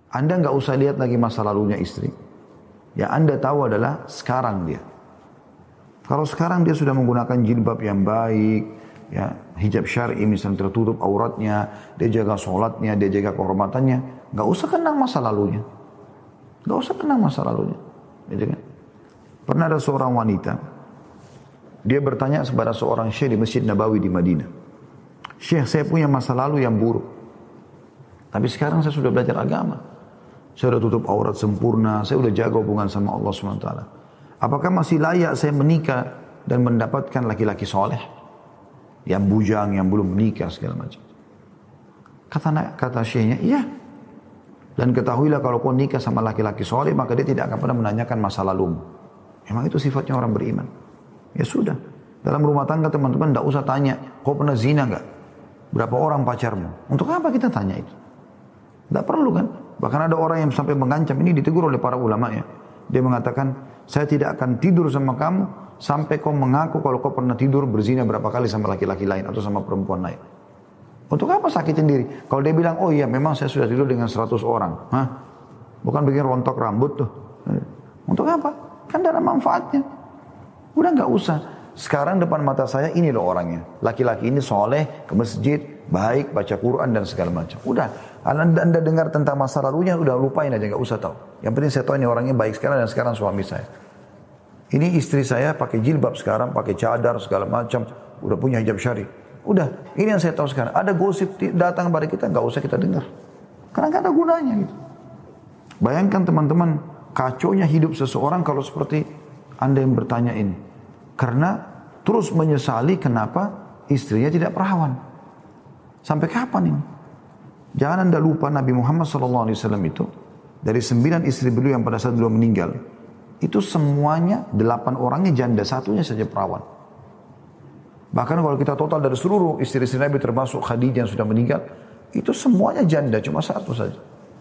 Anda nggak usah lihat lagi masa lalunya istri. Yang Anda tahu adalah sekarang dia. Kalau sekarang dia sudah menggunakan jilbab yang baik, ya, hijab syar'i misalnya tertutup auratnya, dia jaga sholatnya, dia jaga kehormatannya, nggak usah kenang masa lalunya. Nggak usah kenang masa lalunya. Gitu kan? Pernah ada seorang wanita, dia bertanya kepada seorang syekh di Masjid Nabawi di Madinah. Syekh, saya punya masa lalu yang buruk. Tapi sekarang saya sudah belajar agama. Saya sudah tutup aurat sempurna, saya sudah jaga hubungan sama Allah SWT. Apakah masih layak saya menikah dan mendapatkan laki-laki soleh? Yang bujang, yang belum menikah, segala macam. Kata syekhnya, iya. Dan ketahuilah kalau kau nikah sama laki-laki soleh, maka dia tidak akan pernah menanyakan masa lalumu. Memang itu sifatnya orang beriman. Ya sudah. Dalam rumah tangga teman-teman tidak usah tanya, kau pernah zina enggak? Berapa orang pacarmu? Untuk apa kita tanya itu? Tidak perlu kan? Bahkan ada orang yang sampai mengancam, ini ditegur oleh para ulama ya. Dia mengatakan, saya tidak akan tidur sama kamu sampai kau mengaku kalau kau pernah tidur berzina berapa kali sama laki-laki lain atau sama perempuan lain. Untuk apa sakitin diri? Kalau dia bilang, oh iya memang saya sudah tidur dengan 100 orang. Hah? Bukan bikin rontok rambut tuh. Untuk apa? Kan tidak ada manfaatnya. Udah nggak usah. Sekarang depan mata saya ini loh orangnya. Laki-laki ini soleh, ke masjid, baik, baca Quran dan segala macam. Udah. Anda dengar tentang masa lalunya, udah lupain aja, nggak usah tahu. Yang penting saya tahu ini orangnya baik sekarang dan sekarang suami saya. Ini istri saya pakai jilbab sekarang, pakai cadar segala macam, udah punya hijab syar'i. Udah, ini yang saya tahu sekarang. Ada gosip datang kepada kita, nggak usah kita dengar. Karena nggak ada gunanya gitu. Bayangkan teman-teman, kacaunya hidup seseorang kalau seperti Anda yang bertanya ini. Karena terus menyesali kenapa istrinya tidak perawan. Sampai kapan ini? Jangan Anda lupa Nabi Muhammad SAW itu, dari 9 istri beliau yang pada saat beliau meninggal, itu semuanya 8 orangnya janda, satunya saja perawan. Bahkan kalau kita total dari seluruh istri-istri Nabi termasuk Khadijah yang sudah meninggal, itu semuanya janda, cuma satu saja.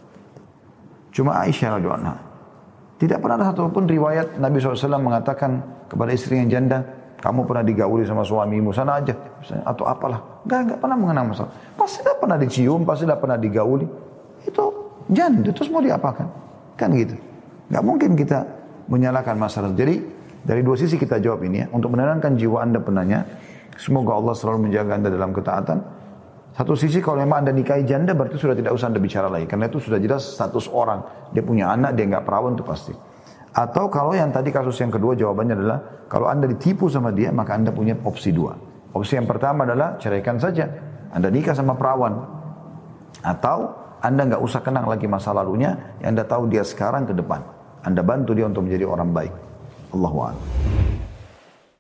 Cuma Aisyah radhiyallahu anha. Tidak pernah ada satupun riwayat Nabi SAW mengatakan kepada istri yang janda, kamu pernah digauli sama suamimu, sana aja, misalnya, atau apalah. Enggak pernah mengenang masalah. Pasti tidak pernah dicium, pasti tidak pernah digauli. Itu janda, terus mau diapakan? Kan gitu. Enggak mungkin kita menyalahkan masalah. Jadi dari dua sisi kita jawab ini ya. Untuk menenangkan jiwa Anda penanya, semoga Allah selalu menjaga Anda dalam ketaatan. Satu sisi kalau memang Anda nikahi janda berarti sudah tidak usah Anda bicara lagi. Karena itu sudah jelas status orang. Dia punya anak, dia nggak perawan itu pasti. Atau kalau yang tadi kasus yang kedua jawabannya adalah kalau Anda ditipu sama dia maka Anda punya opsi dua. Opsi yang pertama adalah ceraikan saja. Anda nikah sama perawan. Atau Anda nggak usah kenang lagi masa lalunya. Yang Anda tahu dia sekarang ke depan. Anda bantu dia untuk menjadi orang baik. Allahu a'lam.